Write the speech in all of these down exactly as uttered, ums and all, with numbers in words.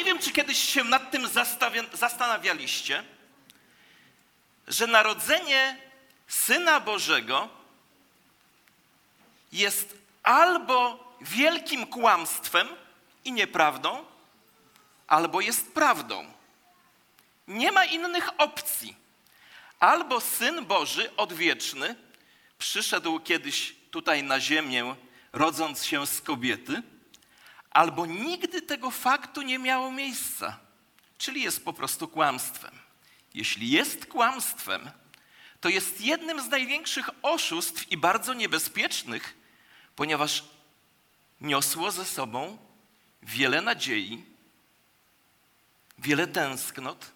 wiem, czy kiedyś się nad tym zastanawialiście, że narodzenie Syna Bożego jest albo wielkim kłamstwem i nieprawdą, albo jest prawdą. Nie ma innych opcji. Albo Syn Boży odwieczny przyszedł kiedyś tutaj na ziemię, rodząc się z kobiety, albo nigdy tego faktu nie miało miejsca, czyli jest po prostu kłamstwem. Jeśli jest kłamstwem, to jest jednym z największych oszustw i bardzo niebezpiecznych, ponieważ niosło ze sobą wiele nadziei, wiele tęsknot,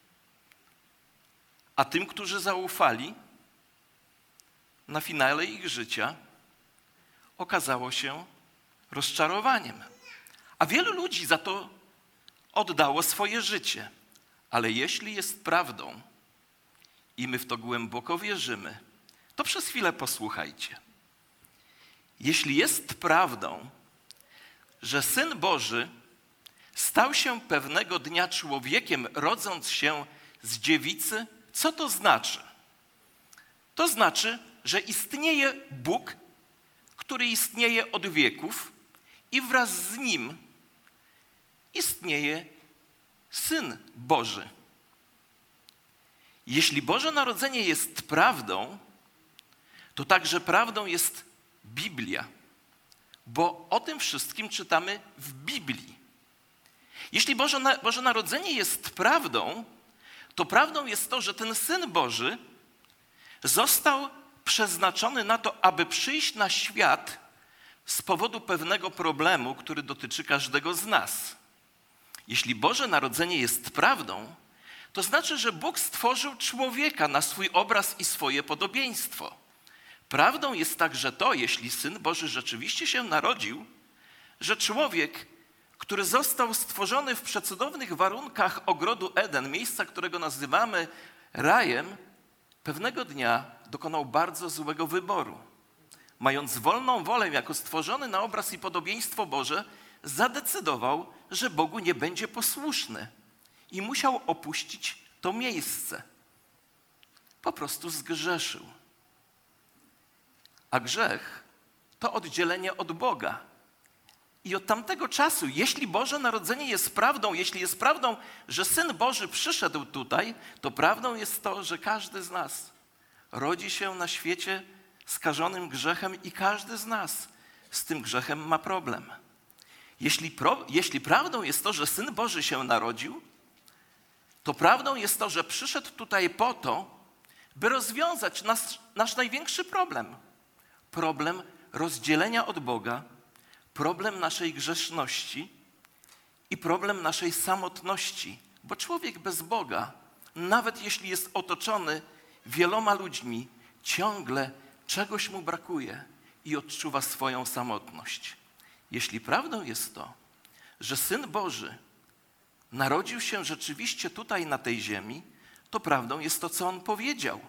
a tym, którzy zaufali, na finale ich życia okazało się rozczarowaniem. A wielu ludzi za to oddało swoje życie. Ale jeśli jest prawdą i my w to głęboko wierzymy, to przez chwilę posłuchajcie. Jeśli jest prawdą, że Syn Boży stał się pewnego dnia człowiekiem, rodząc się z dziewicy, co to znaczy? To znaczy, że istnieje Bóg, który istnieje od wieków i wraz z Nim istnieje Syn Boży. Jeśli Boże Narodzenie jest prawdą, to także prawdą jest Biblia, bo o tym wszystkim czytamy w Biblii. Jeśli Boże, Boże Narodzenie jest prawdą, to prawdą jest to, że ten Syn Boży został przeznaczony na to, aby przyjść na świat z powodu pewnego problemu, który dotyczy każdego z nas. Jeśli Boże Narodzenie jest prawdą, to znaczy, że Bóg stworzył człowieka na swój obraz i swoje podobieństwo. Prawdą jest także to, jeśli Syn Boży rzeczywiście się narodził, że człowiek, który został stworzony w przecudownych warunkach ogrodu Eden, miejsca, którego nazywamy rajem, pewnego dnia dokonał bardzo złego wyboru. Mając wolną wolę jako stworzony na obraz i podobieństwo Boże, zadecydował, że Bogu nie będzie posłuszny i musiał opuścić to miejsce. Po prostu zgrzeszył. A grzech to oddzielenie od Boga. I od tamtego czasu, jeśli Boże Narodzenie jest prawdą, jeśli jest prawdą, że Syn Boży przyszedł tutaj, to prawdą jest to, że każdy z nas rodzi się na świecie skażonym grzechem i każdy z nas z tym grzechem ma problem. Jeśli, pro, jeśli prawdą jest to, że Syn Boży się narodził, to prawdą jest to, że przyszedł tutaj po to, by rozwiązać nas, nasz największy problem. Problem rozdzielenia od Boga, problem naszej grzeszności i problem naszej samotności. Bo człowiek bez Boga, nawet jeśli jest otoczony wieloma ludźmi, ciągle czegoś mu brakuje i odczuwa swoją samotność. Jeśli prawdą jest to, że Syn Boży narodził się rzeczywiście tutaj na tej ziemi, to prawdą jest to, co On powiedział.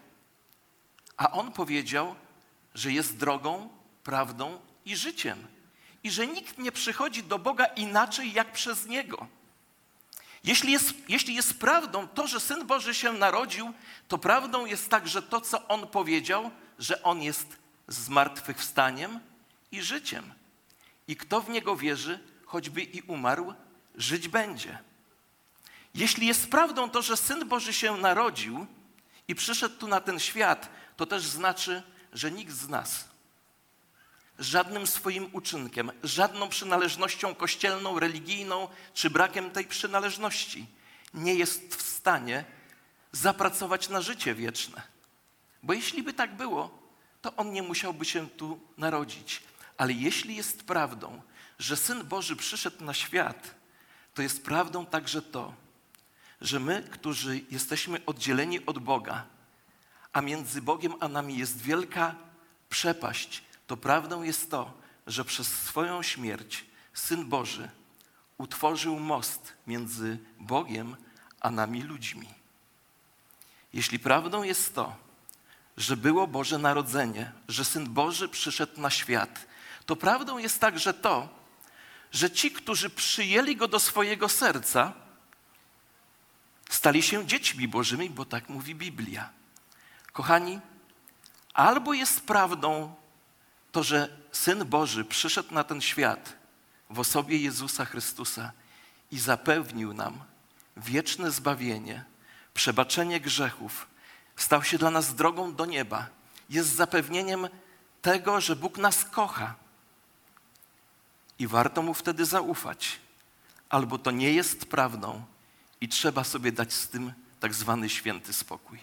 A On powiedział, że jest drogą, prawdą i życiem. I że nikt nie przychodzi do Boga inaczej jak przez Niego. Jeśli jest, jeśli jest prawdą to, że Syn Boży się narodził, to prawdą jest także to, co On powiedział, że On jest zmartwychwstaniem i życiem. I kto w Niego wierzy, choćby i umarł, żyć będzie. Jeśli jest prawdą to, że Syn Boży się narodził i przyszedł tu na ten świat, to też znaczy, że nikt z nas żadnym swoim uczynkiem, żadną przynależnością kościelną, religijną czy brakiem tej przynależności nie jest w stanie zapracować na życie wieczne. Bo jeśli by tak było, to On nie musiałby się tu narodzić. Ale jeśli jest prawdą, że Syn Boży przyszedł na świat, to jest prawdą także to, że my, którzy jesteśmy oddzieleni od Boga, a między Bogiem a nami jest wielka przepaść, to prawdą jest to, że przez swoją śmierć Syn Boży utworzył most między Bogiem a nami ludźmi. Jeśli prawdą jest to, że było Boże Narodzenie, że Syn Boży przyszedł na świat, to prawdą jest także to, że ci, którzy przyjęli Go do swojego serca, stali się dziećmi Bożymi, bo tak mówi Biblia. Kochani, albo jest prawdą to, że Syn Boży przyszedł na ten świat w osobie Jezusa Chrystusa i zapewnił nam wieczne zbawienie, przebaczenie grzechów, stał się dla nas drogą do nieba, jest zapewnieniem tego, że Bóg nas kocha i warto Mu wtedy zaufać. Albo to nie jest prawdą i trzeba sobie dać z tym tak zwany święty spokój.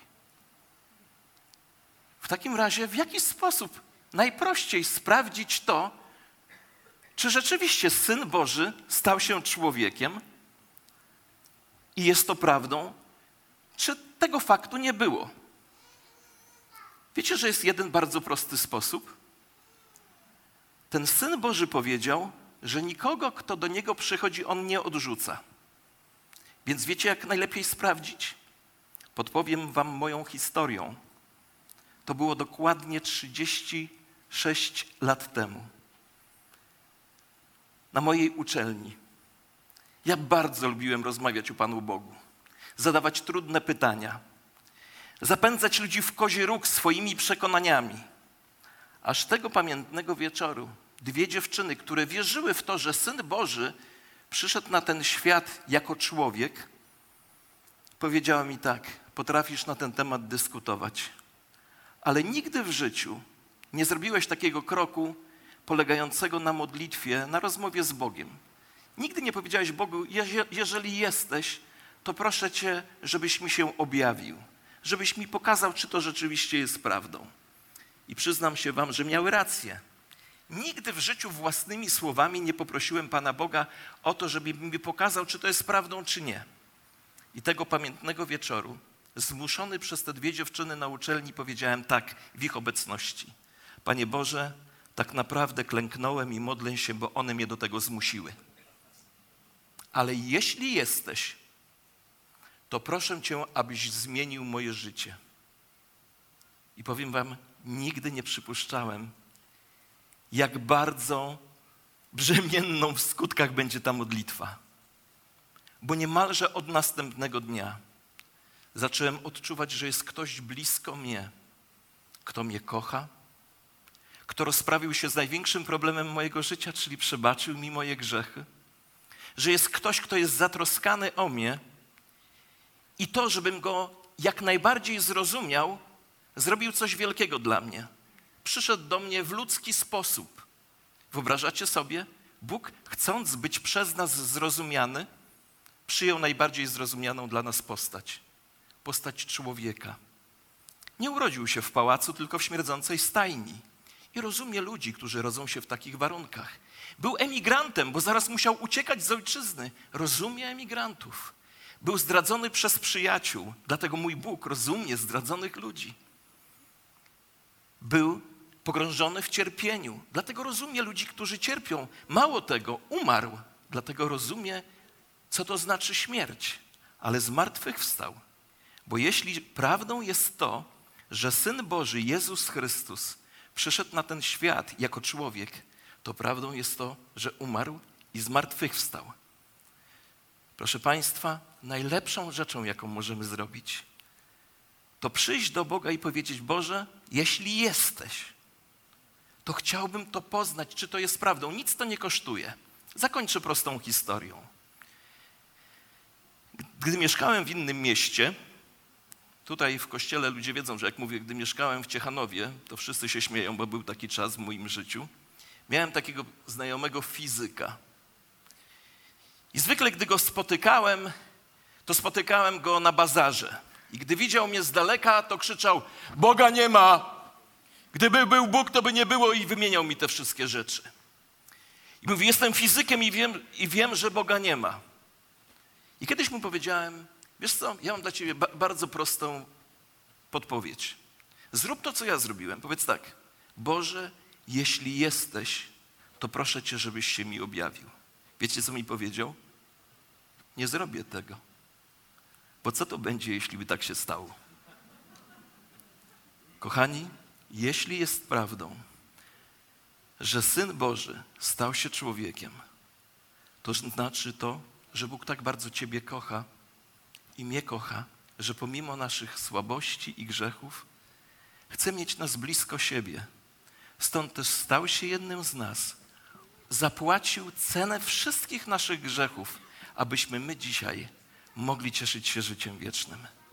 W takim razie w jaki sposób najprościej sprawdzić to, czy rzeczywiście Syn Boży stał się człowiekiem i jest to prawdą, czy tego faktu nie było? Wiecie, że jest jeden bardzo prosty sposób? Ten Syn Boży powiedział, że nikogo, kto do Niego przychodzi, On nie odrzuca. Więc wiecie, jak najlepiej sprawdzić? Podpowiem wam moją historią. To było dokładnie trzydzieści sześć lat temu. Na mojej uczelni. Ja bardzo lubiłem rozmawiać o Panu Bogu, zadawać trudne pytania, zapędzać ludzi w kozi róg swoimi przekonaniami. Aż tego pamiętnego wieczoru dwie dziewczyny, które wierzyły w to, że Syn Boży przyszedł na ten świat jako człowiek, powiedziały mi tak: potrafisz na ten temat dyskutować, ale nigdy w życiu nie zrobiłeś takiego kroku polegającego na modlitwie, na rozmowie z Bogiem. Nigdy nie powiedziałeś Bogu: jeżeli jesteś, to proszę Cię, żebyś mi się objawił, żebyś mi pokazał, czy to rzeczywiście jest prawdą. I przyznam się wam, że miały rację. Nigdy w życiu własnymi słowami nie poprosiłem Pana Boga o to, żeby mi pokazał, czy to jest prawdą, czy nie. I tego pamiętnego wieczoru, zmuszony przez te dwie dziewczyny na uczelni, powiedziałem tak w ich obecności: Panie Boże, tak naprawdę klęknąłem i modlę się, bo one mnie do tego zmusiły. Ale jeśli jesteś, to proszę Cię, abyś zmienił moje życie. I powiem wam, nigdy nie przypuszczałem, jak bardzo brzemienną w skutkach będzie ta modlitwa. Bo niemalże od następnego dnia zacząłem odczuwać, że jest ktoś blisko mnie, kto mnie kocha, kto rozprawił się z największym problemem mojego życia, czyli przebaczył mi moje grzechy, że jest ktoś, kto jest zatroskany o mnie i to, żebym go jak najbardziej zrozumiał, zrobił coś wielkiego dla mnie. Przyszedł do mnie w ludzki sposób. Wyobrażacie sobie? Bóg, chcąc być przez nas zrozumiany, przyjął najbardziej zrozumianą dla nas postać. Postać człowieka. Nie urodził się w pałacu, tylko w śmierdzącej stajni. I rozumie ludzi, którzy rodzą się w takich warunkach. Był emigrantem, bo zaraz musiał uciekać z ojczyzny. Rozumie emigrantów. Był zdradzony przez przyjaciół, dlatego mój Bóg rozumie zdradzonych ludzi. Był pogrążony w cierpieniu, dlatego rozumie ludzi, którzy cierpią. Mało tego, umarł, dlatego rozumie, co to znaczy śmierć, ale zmartwychwstał. Bo jeśli prawdą jest to, że Syn Boży, Jezus Chrystus, przyszedł na ten świat jako człowiek, to prawdą jest to, że umarł i zmartwychwstał. Proszę Państwa, najlepszą rzeczą, jaką możemy zrobić, to przyjść do Boga i powiedzieć: Boże, jeśli jesteś, to chciałbym to poznać, czy to jest prawdą. Nic to nie kosztuje. Zakończę prostą historią. Gdy mieszkałem w innym mieście, tutaj w kościele ludzie wiedzą, że jak mówię, gdy mieszkałem w Ciechanowie, to wszyscy się śmieją, bo był taki czas w moim życiu. Miałem takiego znajomego fizyka. I zwykle, gdy go spotykałem, to spotykałem go na bazarze. I gdy widział mnie z daleka, to krzyczał: Boga nie ma! Gdyby był Bóg, to by nie było, i wymieniał mi te wszystkie rzeczy. I mówi: jestem fizykiem i wiem, i wiem, że Boga nie ma. I kiedyś mu powiedziałem: wiesz co, ja mam dla ciebie ba- bardzo prostą podpowiedź. Zrób to, co ja zrobiłem. Powiedz tak: Boże, jeśli jesteś, to proszę Cię, żebyś się mi objawił. Wiecie, co mi powiedział? Nie zrobię tego. Bo co to będzie, jeśli by tak się stało? Kochani, jeśli jest prawdą, że Syn Boży stał się człowiekiem, To znaczy to, że Bóg tak bardzo Ciebie kocha i mnie kocha, że pomimo naszych słabości i grzechów chce mieć nas blisko siebie. Stąd też stał się jednym z nas. Zapłacił cenę wszystkich naszych grzechów, abyśmy my dzisiaj mogli cieszyć się życiem wiecznym.